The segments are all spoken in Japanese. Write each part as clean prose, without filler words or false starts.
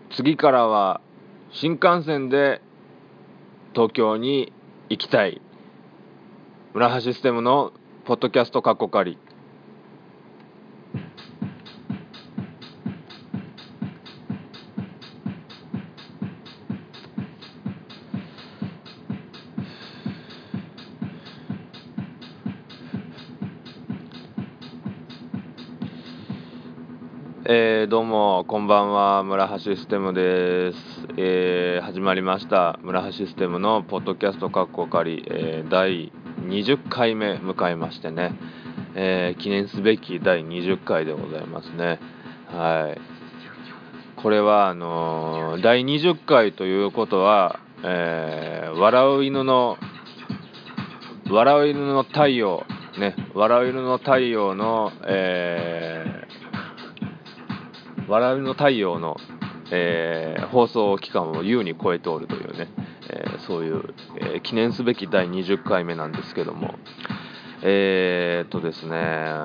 次からは新幹線で東京に行きたい村橋システムのポッドキャストカッコカリ。どうもこんばんは、村橋システムです。始まりました村橋システムのポッドキャストカッコカリ、第20回目迎えましてね、記念すべき第20回でございますね。はい、これは第20回ということは、笑う犬の太陽ね、笑う犬の太陽の、笑うの太陽の、放送期間を優に超えておるというね、そういう、記念すべき第20回目なんですけども、ですね、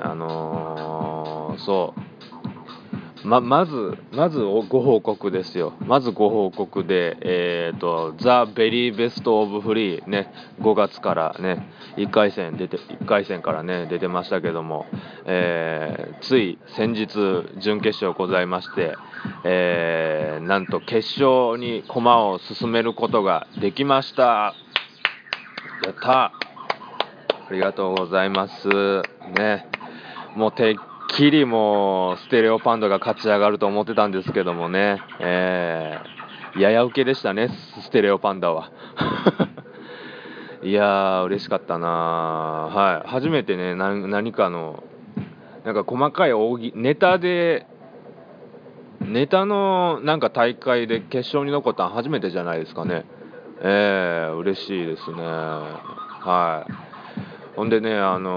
まずご報告ですよ。まずご報告で、ザ・ベリーベスト・オブ・フリーね、5月からね、1回戦からね、出てましたけども、つい先日、準決勝ございまして、なんと決勝に駒を進めることができました。やったありがとうございますね。もうてっきりもうステレオパンダが勝ち上がると思ってたんですけどもね、やや受けでしたね、ステレオパンダは。いやー嬉しかったな。はい、初めてね、何かのなんか細かいネタのなんか大会で決勝に残ったの初めてじゃないですかね。嬉しいですね。はい。ほんでね、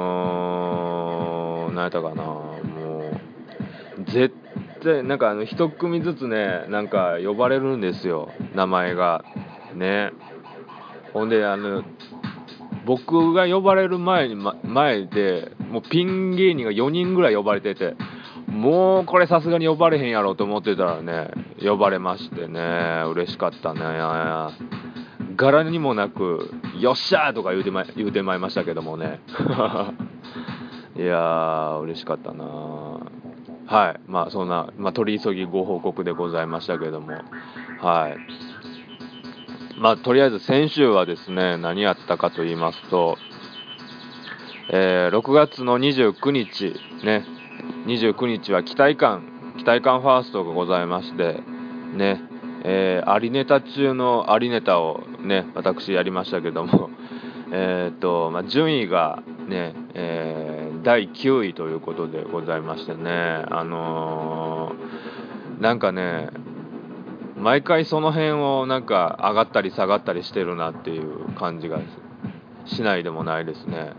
何やったかな、もう絶対なんか一組ずつね、なんか呼ばれるんですよ、名前がね。ほんで僕が呼ばれる前でもうピン芸人が4人ぐらい呼ばれてて、もうこれさすがに呼ばれへんやろと思ってたらね、呼ばれましてね、嬉しかったね。柄にもなくよっしゃーとか言うてまいましたけどもね。いやー嬉しかったな。はい、まあそんな、取り急ぎご報告でございましたけども、はい、とりあえず先週はですね、何やったかと言いますと、6月の29日ね、29日は期待感ファーストがございましてね、ありネタ中のありネタをね、私やりましたけども、順位がね、第9位ということでございましてね、なんかね、毎回その辺をなんか上がったり下がったりしてるなっていう感じがしないでもないですね。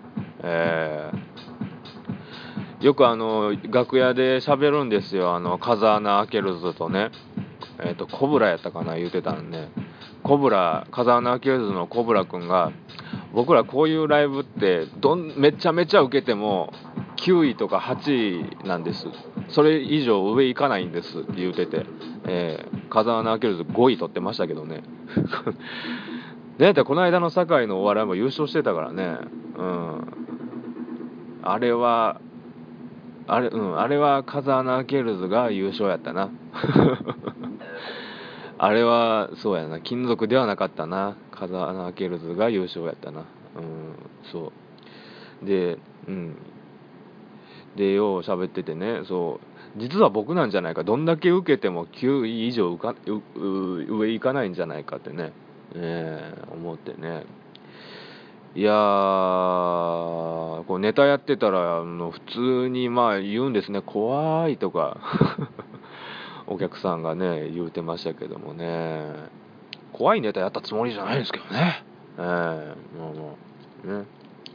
よく楽屋で喋るんですよ、風穴開けるズとね、コブラやったかな言うてたんね。風穴開けるズのコブラくんが、僕らこういうライブってめちゃめちゃ受けても9位とか8位なんです、それ以上上行かないんですって言うてて、風穴開けるズ5位取ってましたけどね。ねえ、この間の堺のお笑いも優勝してたからね。あれは風穴開けるズが優勝やったな。あれはそうやな、金属ではなかったな、風穴開けるズが優勝やったな。そうで、でよう喋っててね、そう実は僕なんじゃないか、どんだけ受けても9位以上上行かないんじゃないかってね、思ってね。いやー、こうネタやってたら普通に言うんですね、怖いとかお客さんがね言うてましたけどもね、怖いネタやったつもりじゃないんですけどね。もうね、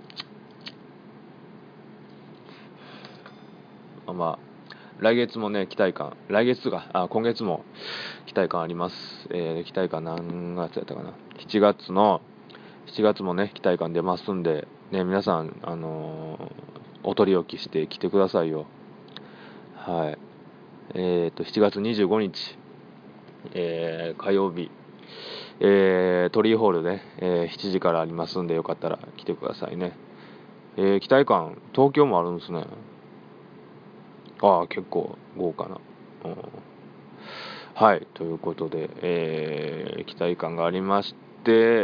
来月もね期待感、今月も期待感あります。期待感何月やったかな、7月もね期待感出ますんでね、皆さんお取り置きして来てくださいよ。はい。7月25日火曜日、トリーホールで、7時からありますんで、よかったら来てくださいね。期待感、東京もあるんですね。ああ、結構豪華な。うん、はい、ということで、期待感がありまして、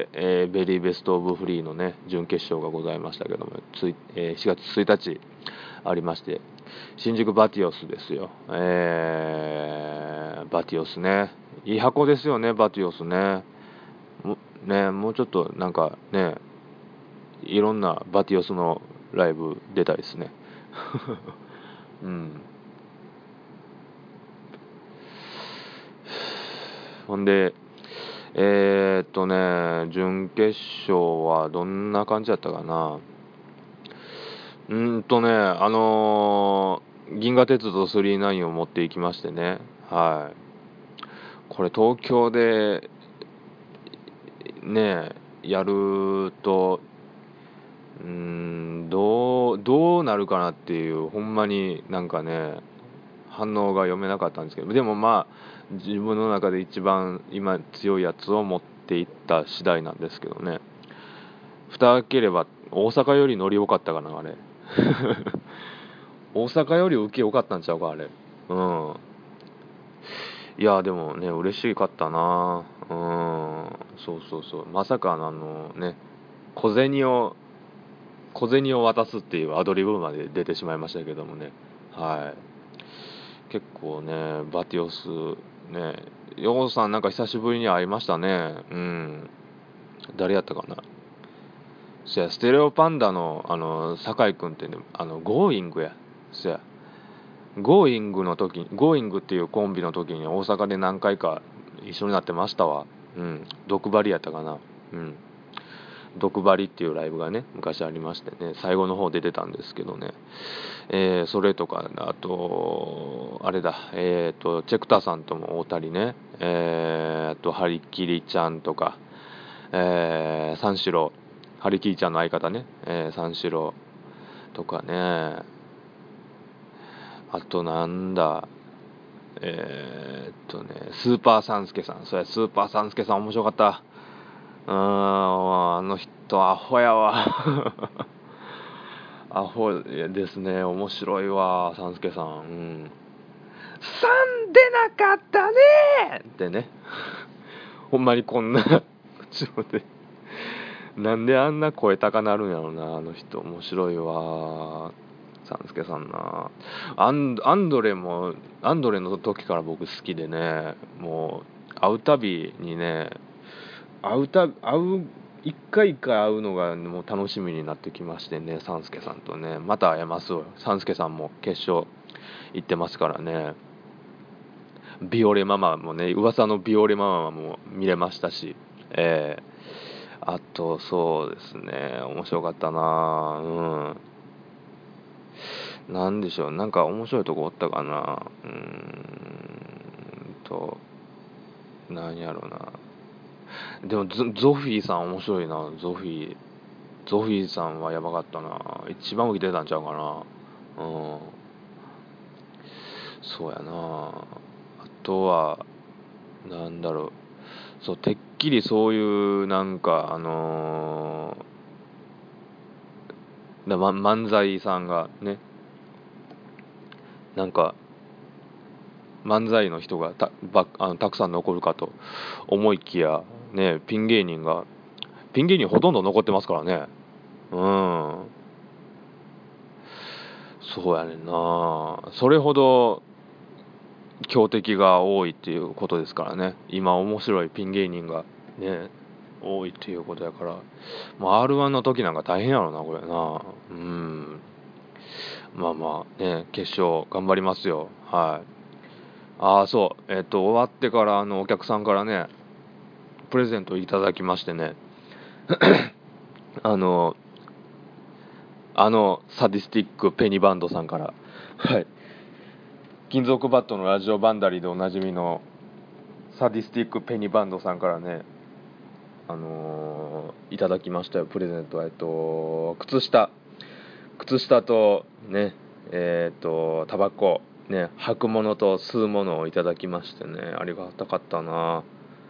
ベリーベストオブフリーのね、準決勝がございましたけども、4月1日ありまして、新宿バティオスですよ。バティオスね。いい箱ですよね、バティオスね。もうちょっとなんかね、いろんなバティオスのライブ出たいですね。うん。ほんで、準決勝はどんな感じだったかな。銀河鉄道999を持っていきましてね。はい。これ東京でね、やると、どうなるかなっていう、ほんまになんかね、反応が読めなかったんですけど、でもまあ、自分の中で一番今強いやつを持っていった次第なんですけどね。蓋開ければ大阪よりノリ良かったかな、あれ。大阪より受け良かったんちゃうか、あれ。うん。いや、でもね、嬉しかったな。うん。そうそうそう。まさかね、小銭を、小銭を渡すっていうアドリブまで出てしまいましたけどもね。はい。結構ね、バティオス、ね、ヨウさんなんか久しぶりに会いましたね。うん。誰やったかな。そや、ステレオパンダの、酒井くんってね、ゴーイングや。そや、ゴーイングの時、ゴーイングっていうコンビの時に大阪で何回か一緒になってましたわ。うん。毒針やったかな。うん。毒針っていうライブがね、昔ありましてね、最後の方で出たんですけどね。それとか、あと、あれだ、チェクタさんとも会うたりね、あと、ハリキリちゃんとか、三四郎、ハリキリちゃんの相方ね、三四郎とかね、あとなんだ、スーパーサンスケさん、それスーパーサンスケさん面白かった。あの人アホやわ。アホですね、面白いわ、サンスケさん。うん。3出なかったねってね。ほんまにこんな口調で。なんであんな声高なるんやろな、あの人。面白いわ。サンスケさんな。アンドレの時から僕好きでね、もう、会うたびにね、一回一回会うのがもう楽しみになってきましてね、サンスケさんとね、また会えますよ。サンスケさんも決勝行ってますからね。ビオレママもね、噂のビオレママも見れましたし、あとそうですね、面白かったな。なんでしょう、なんか面白いとこおったかな。何やろうな。でもゾフィーさん面白いな。ゾフィーさんはやばかったな。一番受けてたんちゃうかな。うん。そうやな。あとは、なんだろう。そう、てっきりそういう、なんか、漫才さんがね、なんか、漫才の人がたくさん残るかと思いきや、ね、ピン芸人ほとんど残ってますからね。うん。そうやねんな。それほど強敵が多いっていうことですからね。今面白いピン芸人がね、多いっていうことやから。もう R1 の時なんか大変やろな、これな。うん。まあまあね、決勝頑張りますよ。はい。ああ、そう。終わってからお客さんからね、プレゼントいただきましてね。あの、サディスティックペニバンドさんから。はい。金属バットのラジオバンダリでおなじみのサディスティックペニバンドさんからね、いただきましたよ、プレゼント。靴下とね、タバコね、履くものと吸うものをいただきましてね、ありがたかったな。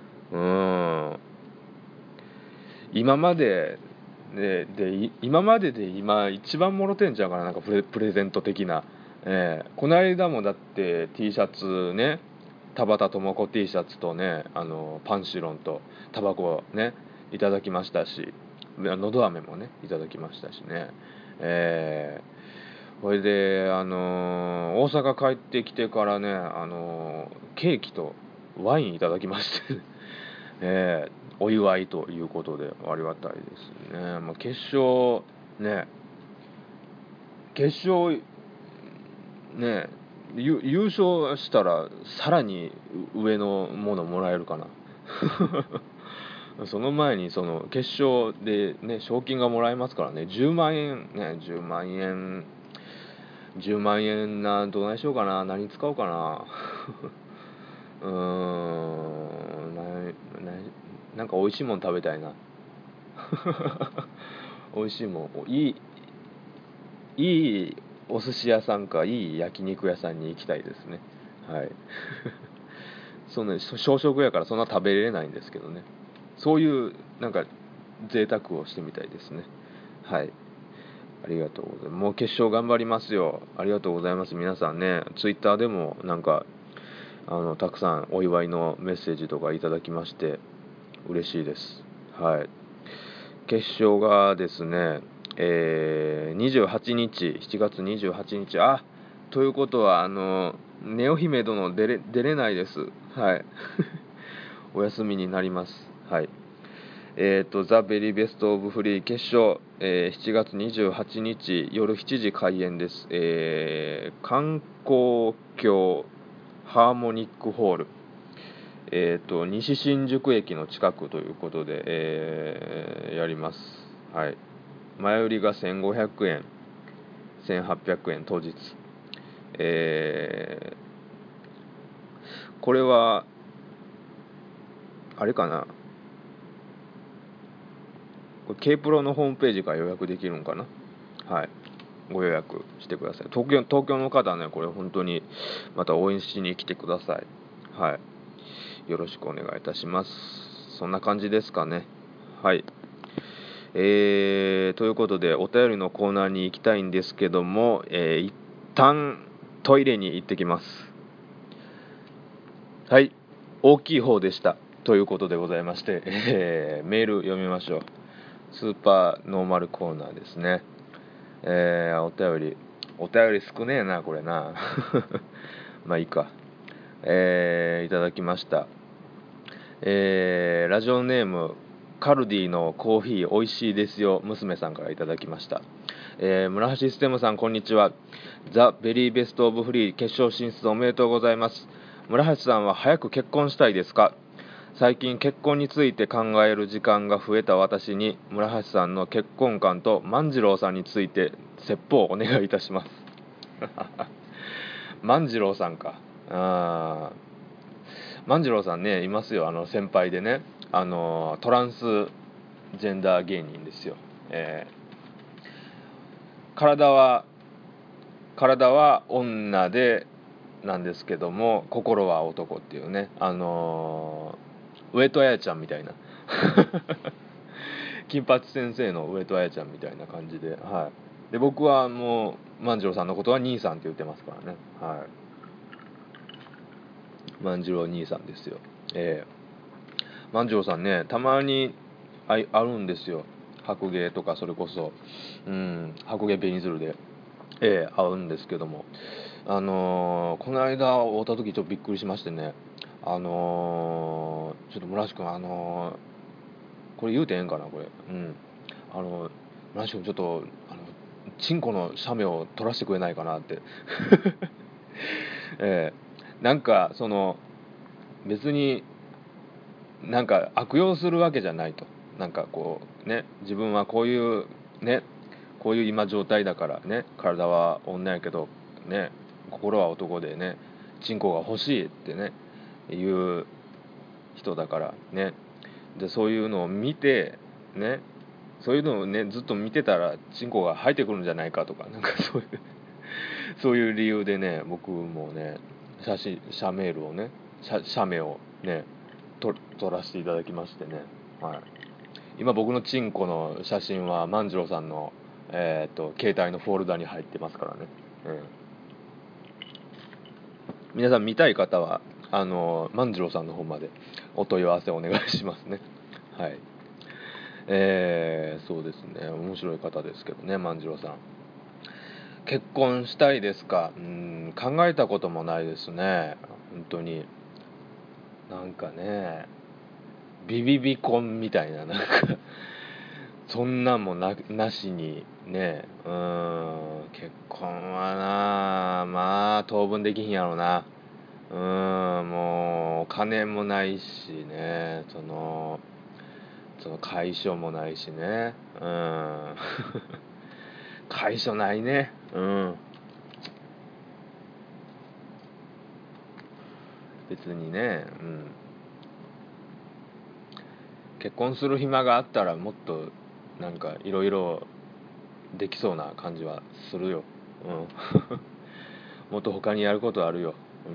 今まで今までで今一番もろてんちゃうかな、なんかプレゼント的な、この間もだって T シャツね、田畑智子 T シャツとね、パンシロンとタバコねいただきましたし、のど飴もねいただきましたしね、それで大阪帰ってきてからね、ケーキとワインいただきましてお祝いということでありがたいですね。決勝ね、優勝したらさらに上のものもらえるかな。その前にその決勝でね、賞金がもらえますからね、10万円ね、10万円10万円どないしようかな、何使おうかな。なんか美味しいもん食べたいな。美味しいもん、いいお寿司屋さんかいい焼肉屋さんに行きたいですね。はい。小食やからそんな食べれないんですけどね、そういうなんか贅沢をしてみたいですね。はい、ありがとうございます。もう決勝頑張りますよ。ありがとうございます。皆さんね、ツイッターでもなんかたくさんお祝いのメッセージとかいただきまして嬉しいです。はい。決勝がですね、28日、7月28日、ということはネオ姫殿出れないです。はい。お休みになります。はい。ザ・ベリーベスト・オブ・フリー決勝、7月28日夜7時開演です。観光協ハーモニックホール、西新宿駅の近くということで、やります。はい。前売りが1500円、1800円当日。これはあれかな、K プロのホームページから予約できるんかな。はい。ご予約してください。東京の方はね、これ本当にまた応援しに来てください。はい。よろしくお願いいたします。そんな感じですかね。はい。ということでお便りのコーナーに行きたいんですけども、一旦トイレに行ってきます。はい。大きい方でした。ということでございまして、メール読みましょう。スーパーノーマルコーナーですね。お便り少ねえなこれな。まあいいか。いただきました。ラジオネームカルディのコーヒー美味しいですよ娘さんからいただきました。村橋システムさんこんにちは。ザ・ベリーベストオブフリー決勝進出おめでとうございます。村橋さんは早く結婚したいですか？最近結婚について考える時間が増えた私に村橋さんの結婚観と万次郎さんについて説法をお願いいたします。万次郎さんか。万次郎さんねいますよ、先輩でね、トランスジェンダー芸人ですよ。体は女でなんですけども心は男っていうね、上戸彩ちゃんみたいな金八先生の上戸彩ちゃんみたいな感じで、はい。で僕はもう万次郎さんのことは兄さんって言ってますからね。はい。万次郎兄さんですよ。万次郎さんねたまにあるんですよ。白芸とかそれこそ白芸ベニズルで会うんですけども、この間会った時ちょっとびっくりしましてね、ちょっと村橋君これ言うてええんかなこれ、村橋君ちょっとチンコの写メを撮らせてくれないかなってなんか別になんか悪用するわけじゃないと、なんかこうね自分はこういうねこういう今状態だからね、体は女やけどね心は男でねチンコが欲しいってねいう人だからね、でそういうのを見てね、そういうのをねずっと見てたらチンコが生えてくるんじゃないかとか、なんかそういうそういう理由でね、僕もね写メールをね写メをね撮らせていただきましてね、はい、今僕のチンコの写真は万次郎さんの携帯のフォルダに入ってますからね、皆さん見たい方は万次郎さんの方までお問い合わせお願いしますね。はい。そうですね、面白い方ですけどね、万次郎さん。結婚したいですか？考えたこともないですね、本当に。なんかね、ビビビコンみたいな、なんかそんなんもなしにね、結婚はな、まあ当分できひんやろな。もうお金もないしね、その解消もないしね、解消ないね、別にね、結婚する暇があったらもっとなんかいろいろできそうな感じはするよ、もっと他にやることあるよ、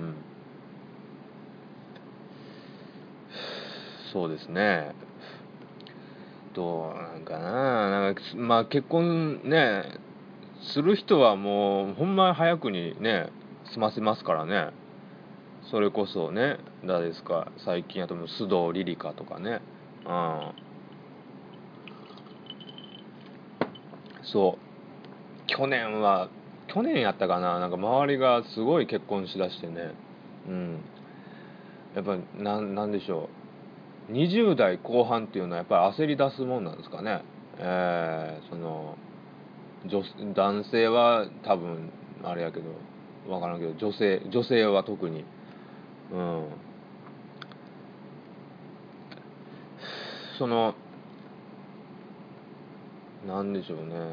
そうですね。どうなんかな、なんかまあ結婚ねする人はもうほんま早くにね済ませますからね。それこそね、誰ですか、最近やと須藤リリカとかね、そう去年やったかな、なんか周りがすごい結婚しだしてね、やっぱなんでしょう、20代後半っていうのはやっぱり焦り出すもんなんですかね。その男性は多分あれやけど分からんけど、女性は特に、うん、そのなんでしょうね、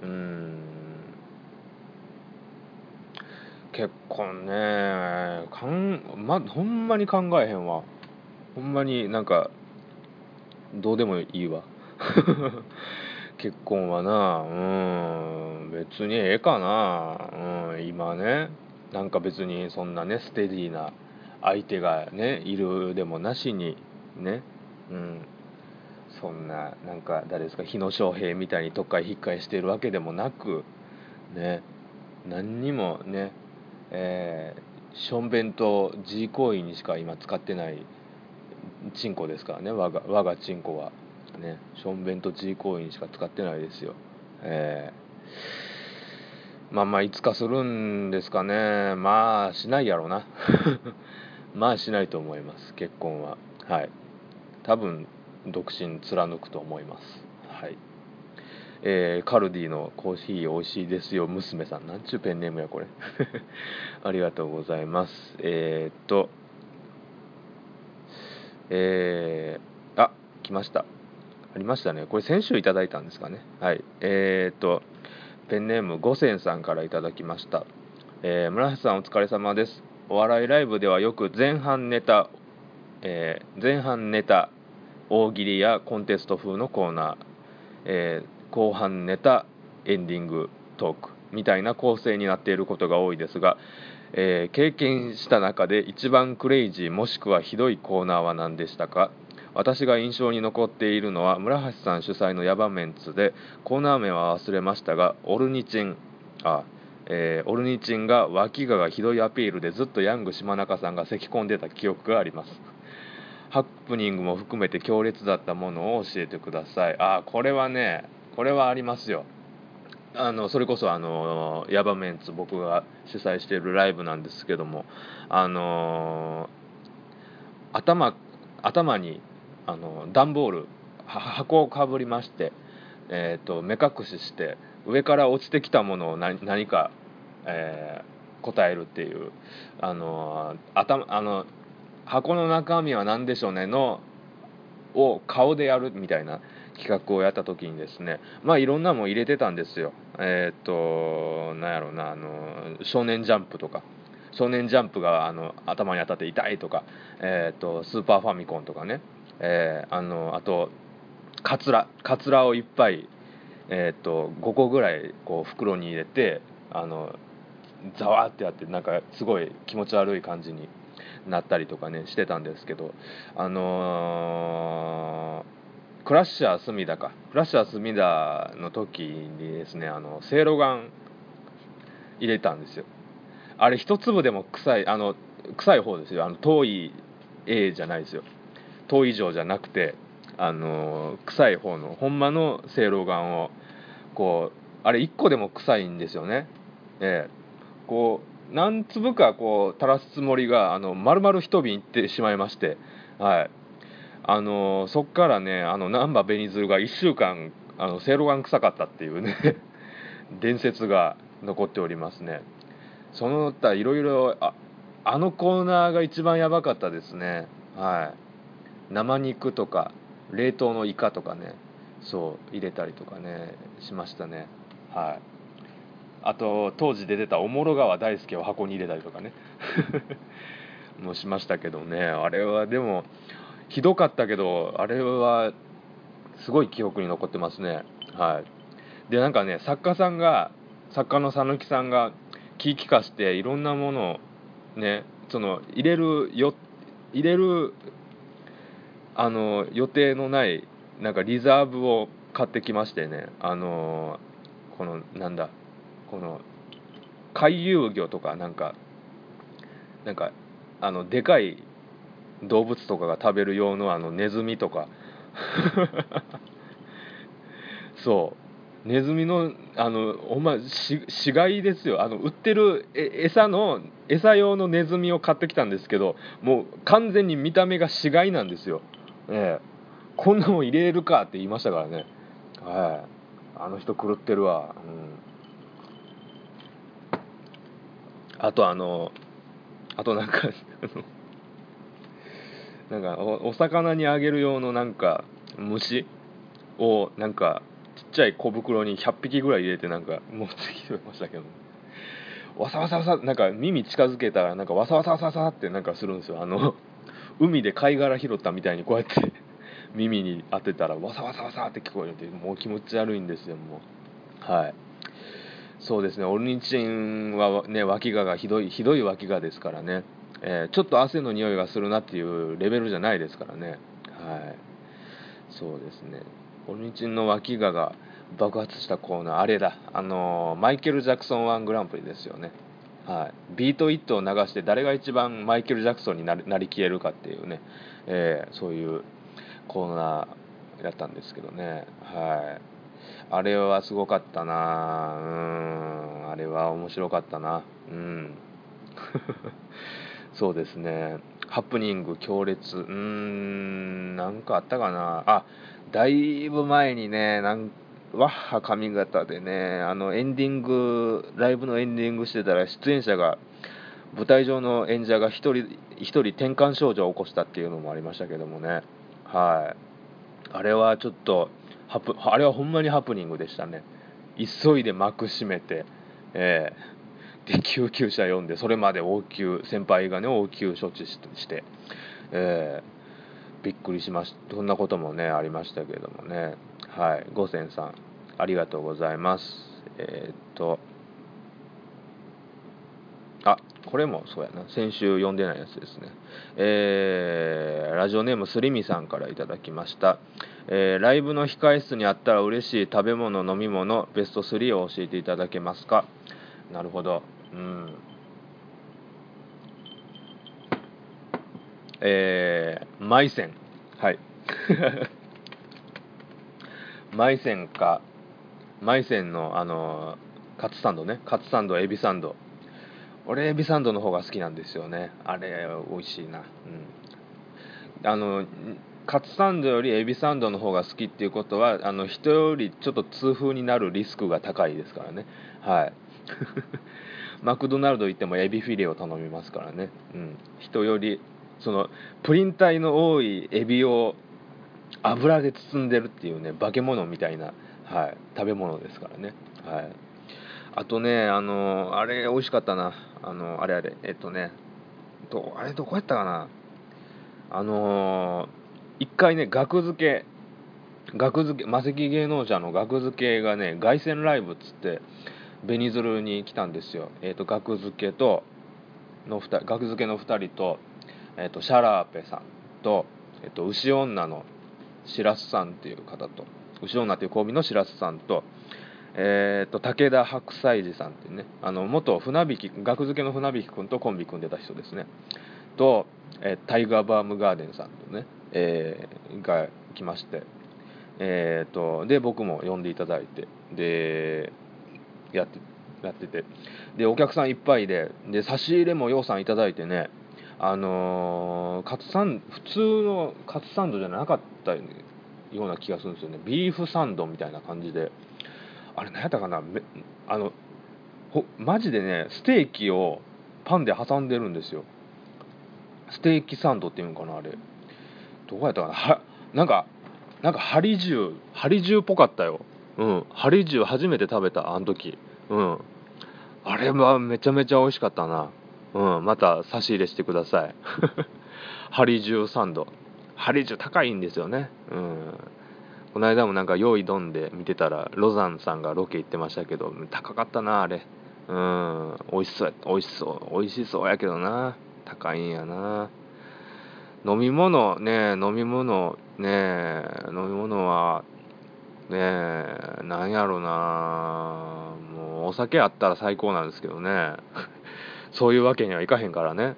結婚ねほんまに考えへんわ。ほんまになんかどうでもいいわ結婚はな、別にええかな、今ね、なんか別にそんなねステディな相手がねいるでもなしにね、そんななんか誰ですか、日野翔平みたいにとっかい引っかいしてるわけでもなくね、何にもね、しょんべんと G 行為にしか今使ってないチンコですからね、我がチンコはね、しょんべんと G 行為にしか使ってないですよ。まあいつかするんですかね。まあしないやろなまあしないと思います、結婚は。はい、多分独身貫くと思います。はい。カルディのコーヒー美味しいですよ娘さん、なんちゅうペンネームやこれありがとうございます。来ました。ありましたね。これ先週いただいたんですかね。はい。ペンネーム五千さんからいただきました。村橋さんお疲れ様です。お笑いライブではよく前半ネタ大喜利やコンテスト風のコーナー、後半ネタエンディングトークみたいな構成になっていることが多いですが、経験した中で一番クレイジーもしくはひどいコーナーは何でしたか？私が印象に残っているのは村橋さん主催のヤバメンツで、コーナー名は忘れましたがオルニチンが脇がひどいアピールでずっとヤング島中さんが咳き込んでた記憶があります。ハプニングも含めて強烈だったものを教えてください。これはね、これはありますよ。それこそヤバメンツ僕が主催しているライブなんですけども、あの頭に段ボール箱をかぶりまして、目隠しして上から落ちてきたものを何か、答えるっていう、箱の中身は何でしょうねを顔でやるみたいな企画をやった時にですね、まあいろんなもん入れてたんですよ。なんやろうな、少年ジャンプとか、少年ジャンプが頭に当たって痛いとか、スーパーファミコンとかね、あとカツラをいっぱい、5個ぐらいこう袋に入れてザワーってやってなんかすごい気持ち悪い感じになったりとかねしてたんですけど、クラッシャー隅田の時にですね、せいろがん入れたんですよ。あれ一粒でも臭い、臭い方ですよ。遠い A じゃないですよ。遠い以上じゃなくて、臭い方のほんまのせいろがんをこう、あれ1個でも臭いんですよね。こう何粒かこう垂らすつもりが丸々一瓶いってしまいまして、はい、そっからね難波紅鶴が1週間せいろがん臭かったっていうね伝説が残っておりますね。その他いろいろあのコーナーが一番やばかったですね。はい、生肉とか冷凍のイカとかね、そう入れたりとかねしましたね。はい、あと当時出てたおもろ川大輔を箱に入れたりとかねもしましたけどね。あれはでもひどかったけど、あれはすごい記憶に残ってますね。はい。でなんかね、作家の佐野木さんが気利かしていろんなものをね、その入れる予定のないなんかリザーブを買ってきましてね、このなんだこの回遊魚とかなんかでかい動物とかが食べる用のネズミとかそうネズミの死骸ですよ。売ってる餌用のネズミを買ってきたんですけど、もう完全に見た目が死骸なんですよ。こんなもん入れるかって言いましたからね。はい、あの人狂ってるわ。あとあとなんかお魚にあげる用のなんか虫をなんかちっちゃい小袋に100匹ぐらい入れてなんか持ってきてましたけど、わさわさわさなんか耳近づけたらなんかわさわさわさわさってなんかするんですよ。海で貝殻拾ったみたいにこうやって耳に当てたらわさわさわさって聞こえるって、もう気持ち悪いんですよもう。はい、そうですね。オルニチンはね、脇がひどい脇がですからね、ちょっと汗の匂いがするなっていうレベルじゃないですからね。はい、そうですね。オルニチンの脇が爆発したコーナー、あれだ、マイケル・ジャクソン1グランプリですよね。はい、ビート・イットを流して誰が一番マイケル・ジャクソンになりきれるかっていうね、そういうコーナーやったんですけどね。はい、あれはすごかったな。あれは面白かったな。そうですね。ハプニング強烈。なんかあったかな。だいぶ前にね、ワッハ髪型でね、ライブのエンディングしてたら出演者が、舞台上の演者が一人転換症状を起こしたっていうのもありましたけどもね。はい。あれはちょっと、あれはほんまにハプニングでしたね。急いで幕閉めて、で救急車呼んで、それまで先輩がね応急処置して、びっくりしました。そんなこともねありましたけれどもね。はい、五千さんありがとうございます。これもそうやな、先週読んでないやつですね。ラジオネームすりみさんからいただきました。ライブの控え室にあったら嬉しい食べ物飲み物ベスト3を教えていただけますか。なるほど。マイセン。はい。マイセンか、マイセンのカツサンドね。カツサンド、エビサンド。俺、エビサンドの方が好きなんですよね。あれ、美味しいな。カツサンドよりエビサンドの方が好きっていうことは、人よりちょっと痛風になるリスクが高いですからね。はい。マクドナルド行ってもエビフィレを頼みますからね。人よりそのプリン体の多いエビを油で包んでるっていうね、化け物みたいな、はい、食べ物ですからね。はい。あとね、あれ美味しかったな。あれあれどこやったかな。一回ね、学付けマセキ芸能者の学付けがね、凱旋ライブっつって紅鶴に来たんですよ。学付けの2人と、シャラーペさんと、牛女の白洲さんっていう方と、牛女っていうコンビの白洲さんと、武田白菜寺さんっていうね、元学付けの船引君とコンビ組んでた人ですね。と、タイガーバームガーデンさんとね、が来まして、で僕も呼んでいただいて、でやってて、でお客さんいっぱいで、差し入れもようさんいただいてね、普通のカツサンドじゃなかったような気がするんですよね。ビーフサンドみたいな感じで、あれ何やったかな、マジでね、ステーキをパンで挟んでるんですよ。ステーキサンドっていうんかな、あれどうやったかな、なんかハリジューっぽかったよ。ハリジュー初めて食べた、あの時。あれはめちゃめちゃ美味しかったな。また差し入れしてください。ハリジューサンド。ハリジュー高いんですよね。この間もなんか用意どんで見てたら、ロザンさんがロケ行ってましたけど、高かったな、あれ。美味しそうやけどな。高いんやな。飲み物はね、なんやろな、もうお酒あったら最高なんですけどね。そういうわけにはいかへんからね。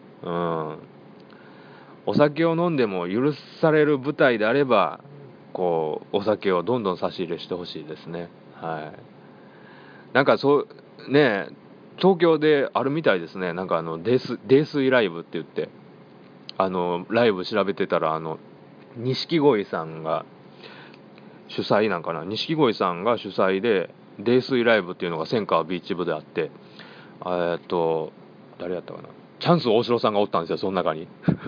お酒を飲んでも許される舞台であれば、こうお酒をどんどん差し入れしてほしいですね。はい。なんか東京であるみたいですね。なんか泥酔ライブって言って、ライブ調べてたら、錦鯉さんが主催なんかな、錦鯉さんが主催で泥酔ライブっていうのが千川ビーチ部であって、誰やったかな、チャンス大城さんがおったんですよ、その中に。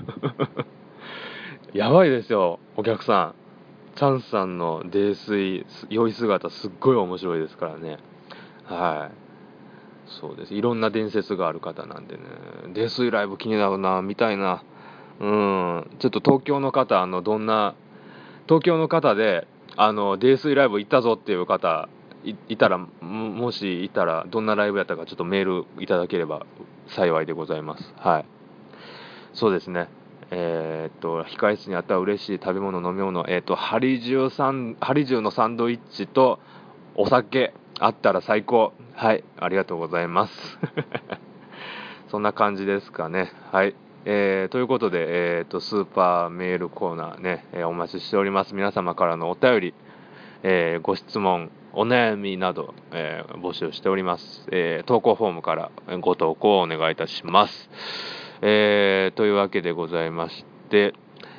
やばいですよ、お客さん。チャンスさんの泥酔酔い姿すっごい面白いですからね。はい、そうです。いろんな伝説がある方なんでね、泥酔ライブ気になるな、みたいな。ちょっと東京の方、東京の方で泥酔ライブ行ったぞっていう方いたら、もしいたらどんなライブやったかちょっとメールいただければ幸いでございます。はい、そうですね。控え室にあったら嬉しい食べ物飲み物、ハリジューのサンドイッチとお酒あったら最高。はい、ありがとうございます。そんな感じですかね。はい。ということで、スーパーメールコーナーね、お待ちしております。皆様からのお便り、ご質問、お悩みなど、募集しております。投稿フォームからご投稿をお願いいたします。というわけでございまして、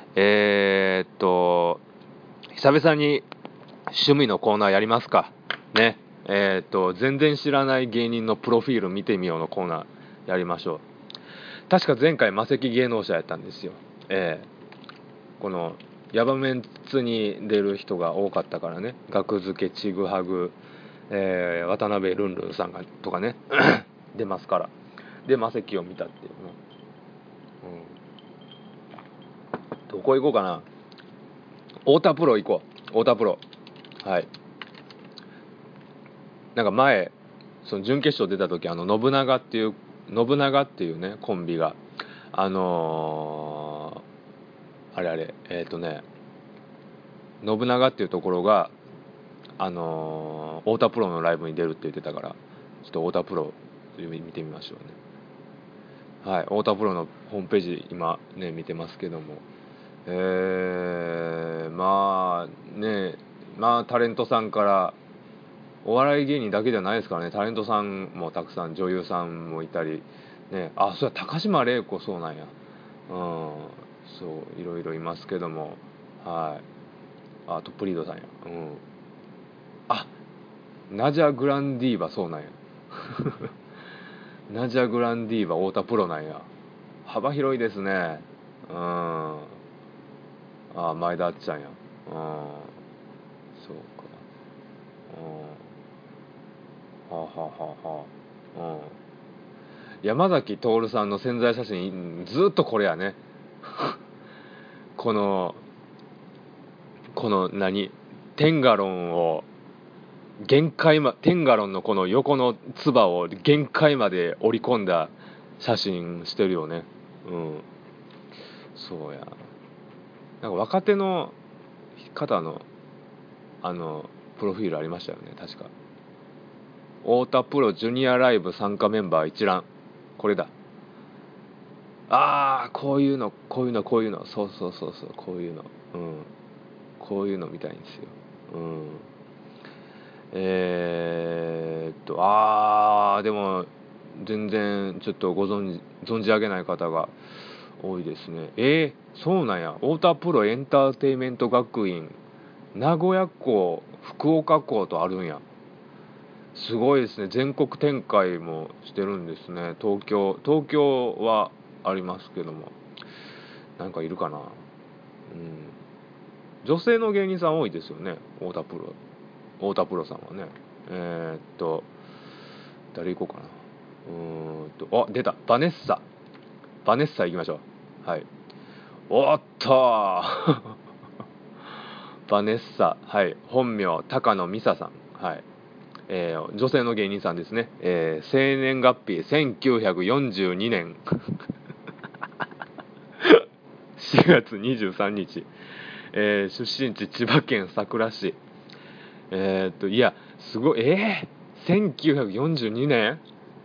久々に趣味のコーナーやりますかね。全然知らない芸人のプロフィール見てみようのコーナーやりましょう。確か前回魔石芸能者やったんですよ。このヤバメンツに出る人が多かったからね、学付けちぐはぐ、渡辺ルンルンさんがとかね出ますから。で魔石を見たっていうの、どこ行こうかな。太田プロ行こう。太田プロ。はい。なんか前その準決勝出た時、信長っていうねコンビが信長っていうところが太田プロのライブに出るって言ってたから、ちょっと太田プロ見てみましょうね。はい、太田プロのホームページ今ね見てますけども、まあタレントさんから、お笑い芸人だけじゃないですからね、タレントさんもたくさん、女優さんもいたりね。そうや、高島礼子、そうなんや。そういろいろいますけども、はい。トップリードさんや。ナジャ・グランディーバ、そうなんや。ナジャ・グランディーバ太田プロなんや。幅広いですね。前田あっちゃんや。そうか。山崎徹さんの宣材写真ずっとこれやね。このテンガロンを限界テンガロンのこの横のつばを限界まで織り込んだ写真してるよね。そうや、なんか若手の方のプロフィールありましたよね、確か。太田プロジュニアライブ参加メンバー一覧、これだ。こういうのそうそうそうそう、こういうの、こういうのみたいんですよ。でも全然ちょっと存じ上げない方が多いですね。そうなんや。太田プロエンターテイメント学院名古屋校、福岡校とあるんや。すごいですね。全国展開もしてるんですね。東京はありますけども、なんかいるかな。女性の芸人さん多いですよね、太田プロさんはね。誰行こうかな。出た。バネッサ行きましょう。はい。おっとバネッサ、はい。本名高野美沙さん、はい。女性の芸人さんですね。生年月日1942年4月23日、出身地千葉県佐倉市。いやすごい、1942年、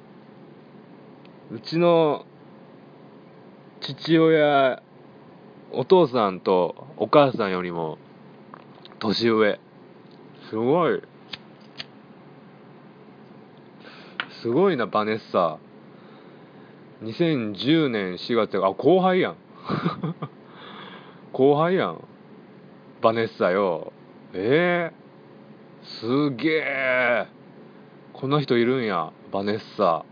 うちの父親、お父さんとお母さんよりも年上。すごいな。バネッサ2010年4月、後輩やん後輩やん、バネッサよ。すげえ、こんな人いるんや、バネッサ。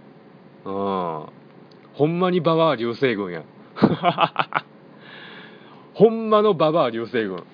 ほんまにババア流星群やんほんまのババア流星群。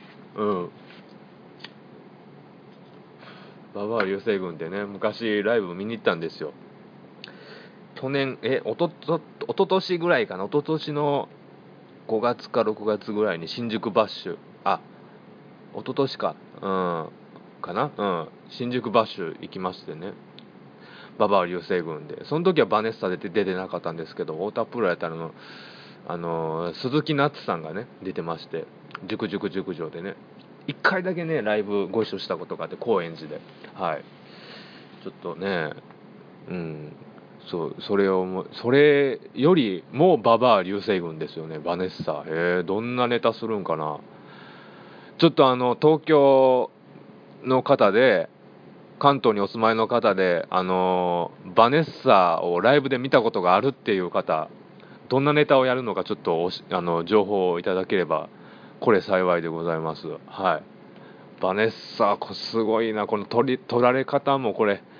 ババア流星群でね、昔ライブ見に行ったんですよ。去年おととしぐらいかな。おととしの5月か6月ぐらいに新宿バッシュ、おととしかかな、新宿バッシュ行きましてね、ババア流星群で。その時はバネッサで出てなかったんですけど、太田プロやったら鈴木夏さんがね出てまして、熟女でね、一回だけねライブご一緒したことがあって、高円寺で。はい。ちょっとね、それよりもババア流星群ですよね、バネッサ。どんなネタするんかな。ちょっと東京の方で、関東にお住まいの方で、バネッサをライブで見たことがあるっていう方、どんなネタをやるのかちょっと情報をいただければこれ幸いでございます。はい。バネッサすごいな。この撮られ方もこれ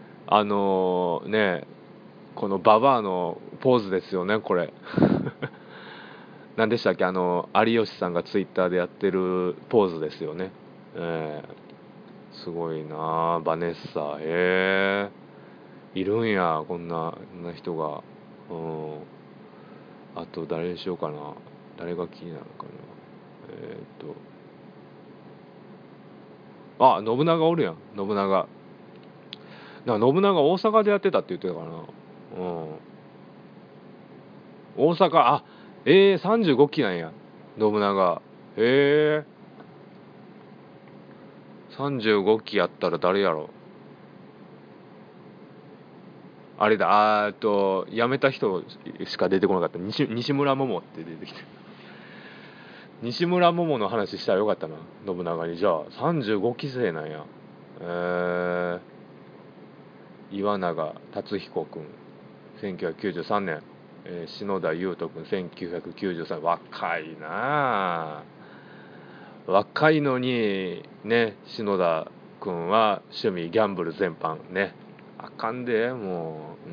ね、このババアのポーズですよね、これ何でしたっけ、有吉さんがツイッターでやってるポーズですよね。すごいな、バネッサ。いるんや、こんな人が。あと誰にしようかな。誰が気になるかな。信長おるやん、信長。信長大阪でやってたって言ってたかな。大阪、35期なんや、信長。35期やったら誰やろ。あれだ、辞めた人しか出てこなかった。西村桃って出てきて、西村桃の話したらよかったな、信長に。じゃあ35期生なんや。岩永達彦君1993年、篠田優斗君1993年。若いな。若いのにね、篠田君は趣味ギャンブル全般ね。あかんで、もう。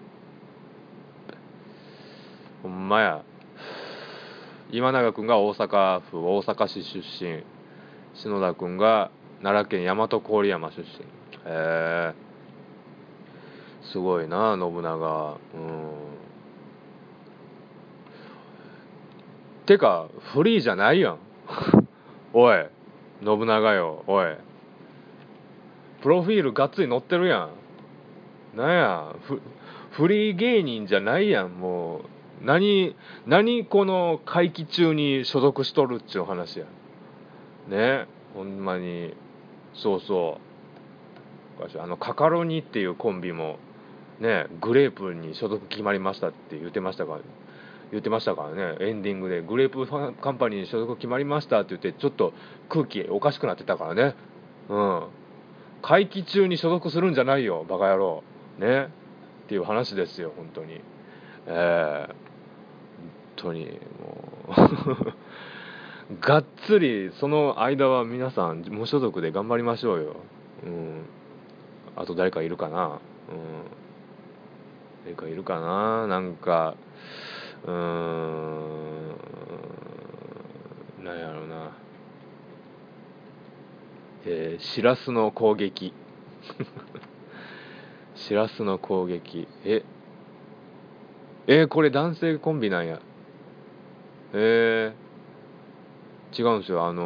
ほんまや。今永君が大阪府大阪市出身、篠田君が奈良県大和郡山出身。すごいな、信長。てかフリーじゃないやんおい、信長よ、おい。 プロフィールがっつり載ってるやん。なんやフリー芸人じゃないやん。もう何この会期中に所属しとるっちゅう話やね。ほんまにそうそう、カカロニっていうコンビもね、グレープに所属決まりましたって言ってましたからね。エンディングでグレープカンパニーに所属決まりましたって言って、ちょっと空気おかしくなってたからね。会期中に所属するんじゃないよバカ野郎ねっていう話ですよ本当に。本当にもうがっつりその間は皆さん無所属で頑張りましょうよ。あと誰かいるかな。誰かいるかな。なんかなんやろうな。しらすの攻撃しらすの攻撃これ男性コンビなんや。違うんですよ。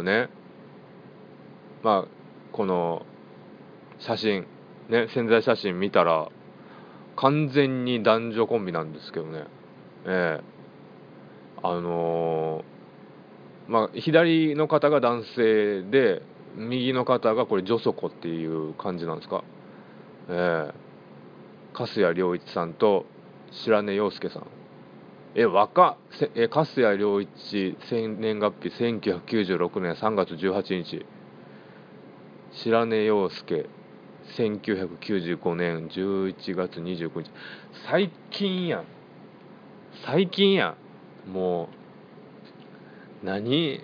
まあこの写真ね、宣材写真見たら完全に男女コンビなんですけどね。左の方が男性で右の方がこれ女ソコっていう感じなんですか。粕谷良一さんと白根陽介さん。若っ。粕谷良一生年月日1996年3月18日。白根陽介1995年11月29日。最近やん。もう何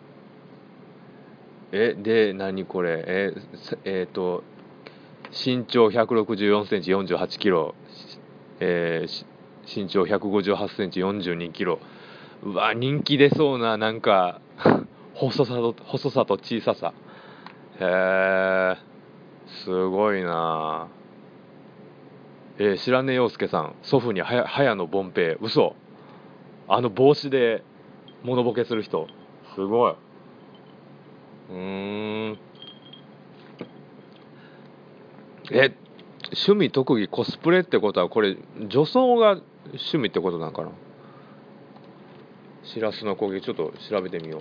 何これ身長164センチ48キロ、身長158センチ42キロ。うわ人気出そうな。なんか細さと小ささ。すごいな。白根陽介さん祖父に早野凡平。嘘。帽子でモノボケする人。すごい。趣味特技コスプレってことはこれ女装が趣味ってことなのかな。しらすの攻撃ちょっと調べてみよう。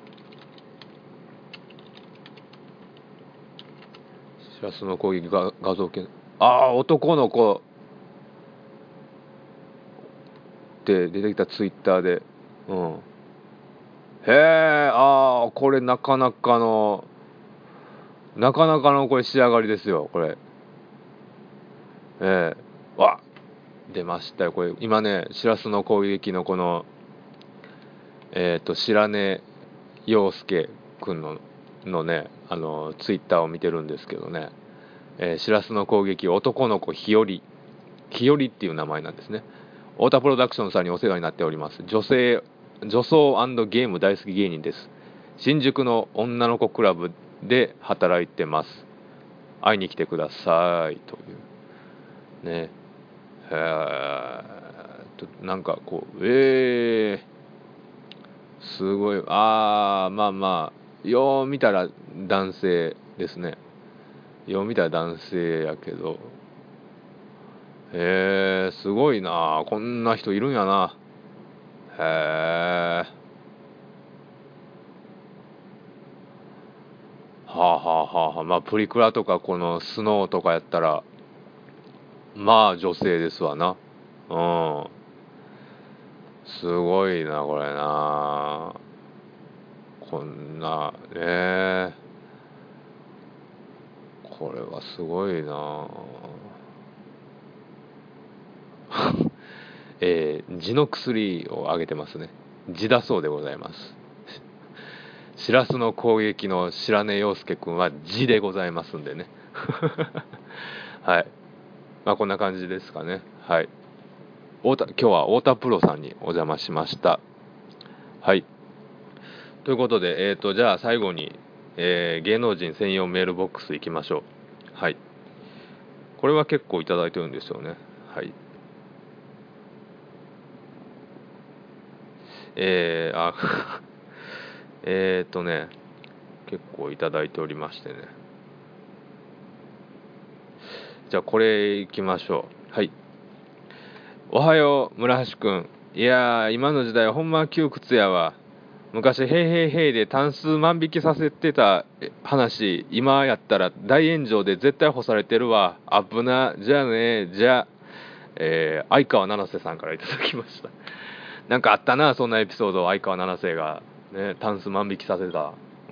しらすの攻撃が画像系。男の子って出てきたツイッターで。これなかなかのこれ仕上がりですよこれ。出ましたよこれ。今ねしらすの攻撃のこの白根陽介くんのねツイッターを見てるんですけどね。しらすの攻撃男の子日和っていう名前なんですね。太田プロダクションさんにお世話になっております。女装ゲーム大好き芸人です。新宿の女の子クラブで働いてます。会いに来てくださいというね。なんかこうすごい。よう見たら男性ですね。よう見たら男性やけどすごいな。こんな人いるんやな。プリクラとかこのスノーとかやったら女性ですわな。すごいなこれな。こんなね。これはすごいな。痔の薬をあげてますね。痔だそうでございます。しらすの攻撃の白根陽介くんは痔でございますんでね。はい。こんな感じですかね。はい。今日は太田プロさんにお邪魔しました。はい。ということで、じゃあ最後に、芸能人専用メールボックス行きましょう。はい。これは結構いただいてるんですよね。はい。結構いただいておりましてね。 じゃあこれいきましょう。はい。おはよう村橋くん。いやー今の時代ほんま窮屈やわ。昔へいへいへいで単数万引きさせてた話、今やったら大炎上で絶対干されてるわ。危な。じゃあね。じゃあ、相川七瀬さんからいただきました。なんかあったな、そんなエピソード。相川七瀬がねタンス万引きさせた。うん。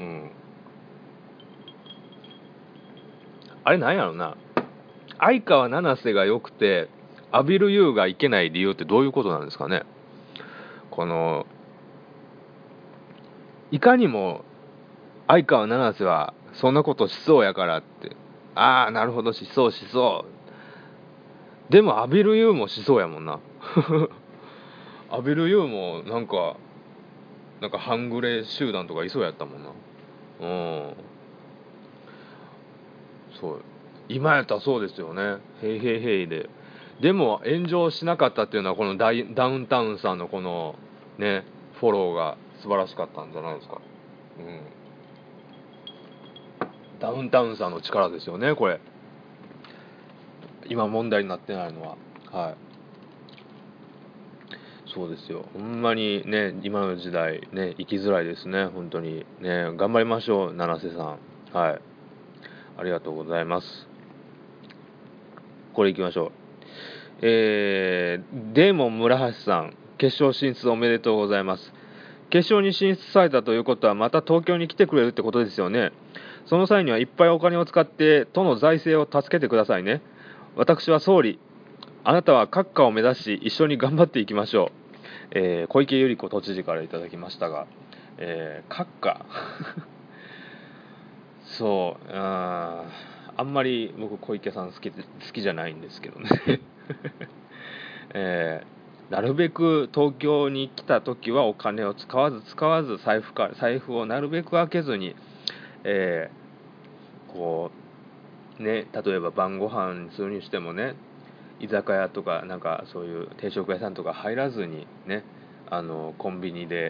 あれなんやろな。相川七瀬が良くてアビルユーがいけない理由ってどういうことなんですかね。このいかにも相川七瀬はそんなことしそうやからって、ああなるほど、しそうしそう。でもアビルユーもしそうやもんな。アビルユーもなんか半グレ集団とかいそうやったもんな。うん。そう。今やったらそうですよね。へいへいへいで。でも炎上しなかったっていうのはこのダウンタウンさんのこのねフォローが素晴らしかったんじゃないですか。うん。ダウンタウンさんの力ですよねこれ。今問題になってないのは。はい。そうですよ。ほんまにね今の時代ね生きづらいですね本当にね。頑張りましょう七瀬さん。はい。ありがとうございます。これいきましょう。デーモン村橋さん、決勝進出おめでとうございます。決勝に進出されたということはまた東京に来てくれるってことですよね。その際にはいっぱいお金を使って都の財政を助けてくださいね。私は総理、あなたは閣下を目指し一緒に頑張っていきましょう。小池百合子都知事からいただきましたが、閣下そうあんまり僕小池さん好きじゃないんですけどね。なるべく東京に来た時はお金を使わず財布をなるべく開けずに、こうね例えば晩ご飯するにしてもね居酒屋とかなんかそういう定食屋さんとか入らずにねコンビニで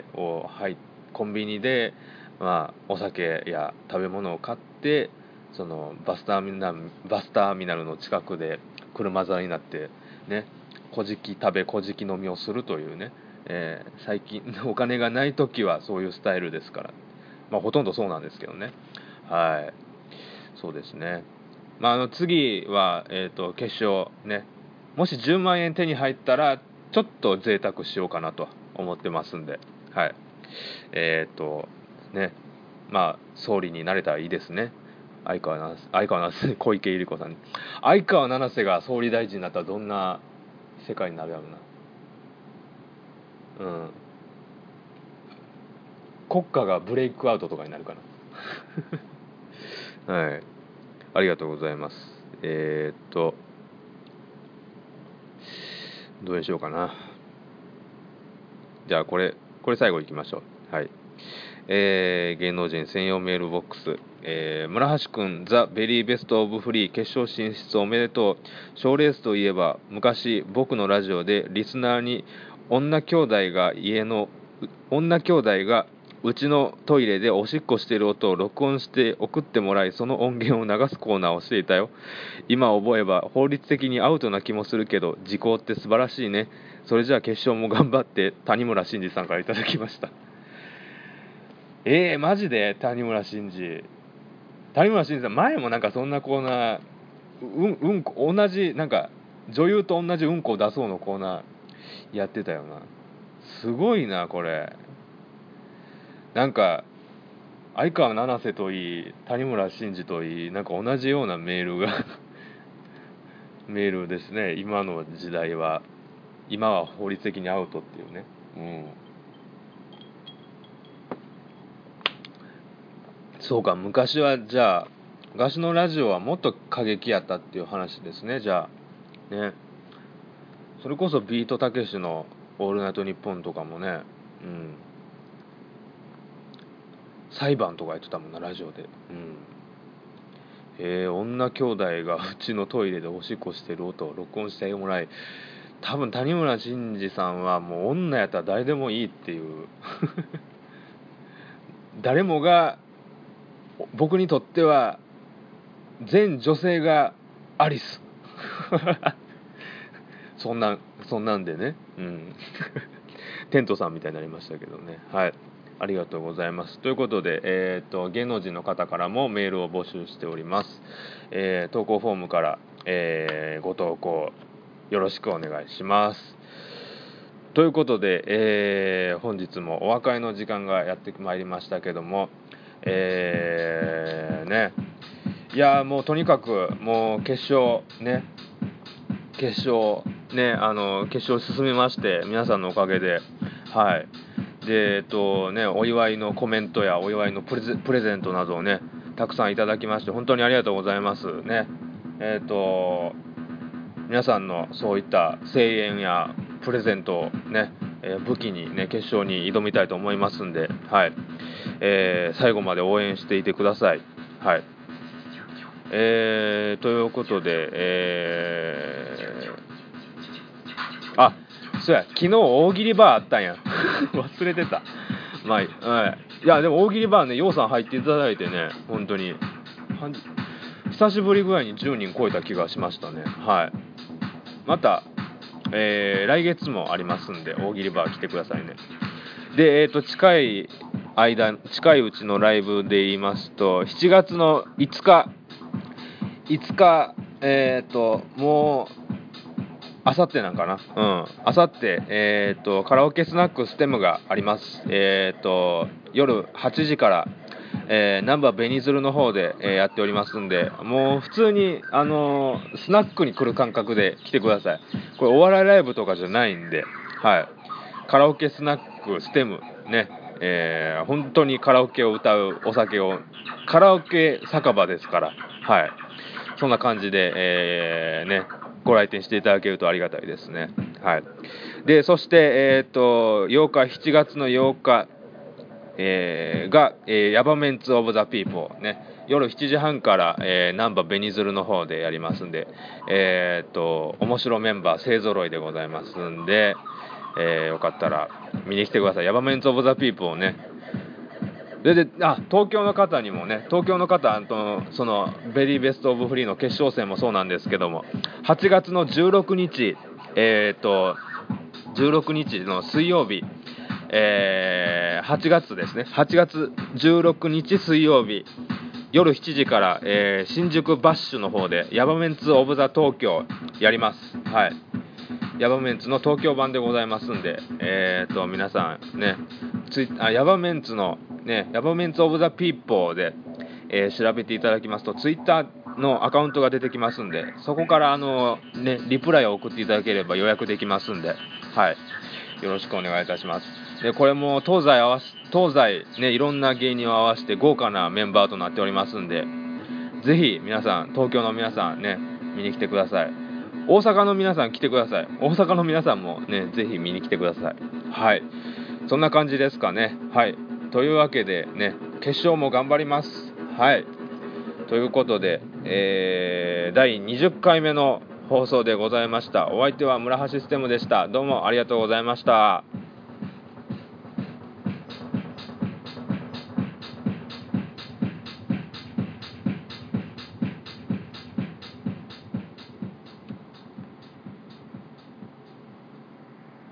まあお酒や食べ物を買ってそのバスターミナルの近くで車座になってね小じき食べ小じき飲みをするというね、最近お金がない時はそういうスタイルですから、まあほとんどそうなんですけどね。はい。そうですね。まあ次は決勝ね、もし10万円手に入ったらちょっと贅沢しようかなと思ってますんで、はい。ね、まあ総理になれたらいいですね。相川七瀬小池百合子さんに。相川七瀬が総理大臣になったらどんな世界になるやろうな。うん。国家がブレイクアウトとかになるかな。はい。ありがとうございます。どうにしようかな。じゃあこれ最後いきましょう。はい。芸能人専用メールボックス、村橋くんザ・ベリーベストオブフリー決勝進出おめでとう。賞レースといえば昔僕のラジオでリスナーに女兄弟がうちのトイレでおしっこしている音を録音して送ってもらいその音源を流すコーナーをしていたよ。今思えば法律的にアウトな気もするけど時効って素晴らしいね。それじゃあ決勝も頑張って。谷村新司さんからいただきました。マジで谷村新司さん前もなんかそんなコーナーうんこ同じなんか女優と同じうんこを出そうのコーナーやってたよな。すごいなこれ。なんか相川七瀬といい谷村新司といいなんか同じようなメールがメールですね。今は法律的にアウトっていうね。うん。そうか、昔のラジオはもっと過激やったっていう話ですね。じゃあね、それこそビートたけしのオールナイトニッポンとかもね、うん、裁判とかやってたもんなラジオで。女兄弟がうちのトイレでおしっこしてる音を録音してもらい、多分谷村新司さんはもう女やったら誰でもいいっていう誰もが僕にとっては全女性がアリスそんなんでね、テントさんみたいになりましたけどね。はい、ありがとうございます。ということで、芸能人の方からもメールを募集しております。投稿フォームから、ご投稿よろしくお願いします。ということで、本日もお別れの時間がやってまいりましたけども、ね、いやもうとにかくもう決勝ね、決勝進みまして、皆さんのおかげで、はい。で、お祝いのコメントやお祝いのプレゼントなどをね、たくさんいただきまして、本当にありがとうございますね。皆さんのそういった声援やプレゼントをね、武器にね、決勝に挑みたいと思いますんで、はい。最後まで応援していてください。はい。ということで、そうや、昨日大喜利バーあったんや。忘れてた。はい。いや、でも大喜利バーね、ようさん入っていただいてね、本当に、久しぶりぐらいに10人超えた気がしましたね。はい。また、来月もありますんで、大喜利バー来てくださいね。で、近いうちのライブで言いますと、7月の5日、もう、あさってなんかな、あさって、カラオケスナックステムがあります。夜8時から、ナンバーベニズルの方で、やっておりますんで、もう普通に、スナックに来る感覚で来てください。これお笑いライブとかじゃないんで、はい。カラオケスナックステムね、本当にカラオケを歌うお酒を、カラオケ酒場ですから、はい。そんな感じで、ご来店していただけるとありがたいですね。はい。で、そして、7月の8日、が、ヤバメンツオブザピーポーね、夜7時半から、ナンバーベニズルの方でやりますんで、面白メンバー勢ぞろいでございますんで、よかったら見に来てください。ヤバメンツオブザピーポーね。で東京の方にもね、東京の方そのベリーベストオブフリーの決勝戦もそうなんですけども、8月の16日、16日の水曜日、8月ですね、8月16日水曜日夜7時から、新宿バッシュの方でヤバメンツオブザ東京やります。はい。ヤバメンツの東京版でございますんで、皆さんね、ヤバメンツのね、ヤバメンツオブザピーポーで、調べていただきますとツイッターのアカウントが出てきますんで、そこからリプライを送っていただければ予約できますんで、はい、よろしくお願いいたします。で、これも東西ね、いろんな芸人を合わせて豪華なメンバーとなっておりますんで、ぜひ皆さん、東京の皆さんね、見に来てください。大阪の皆さん来てください。大阪の皆さんもね、ぜひ見に来てください。はい。そんな感じですかね。はい。というわけでね、決勝も頑張ります。はい。ということで、第20回目の放送でございました。お相手は村橋システムでした。どうもありがとうございました。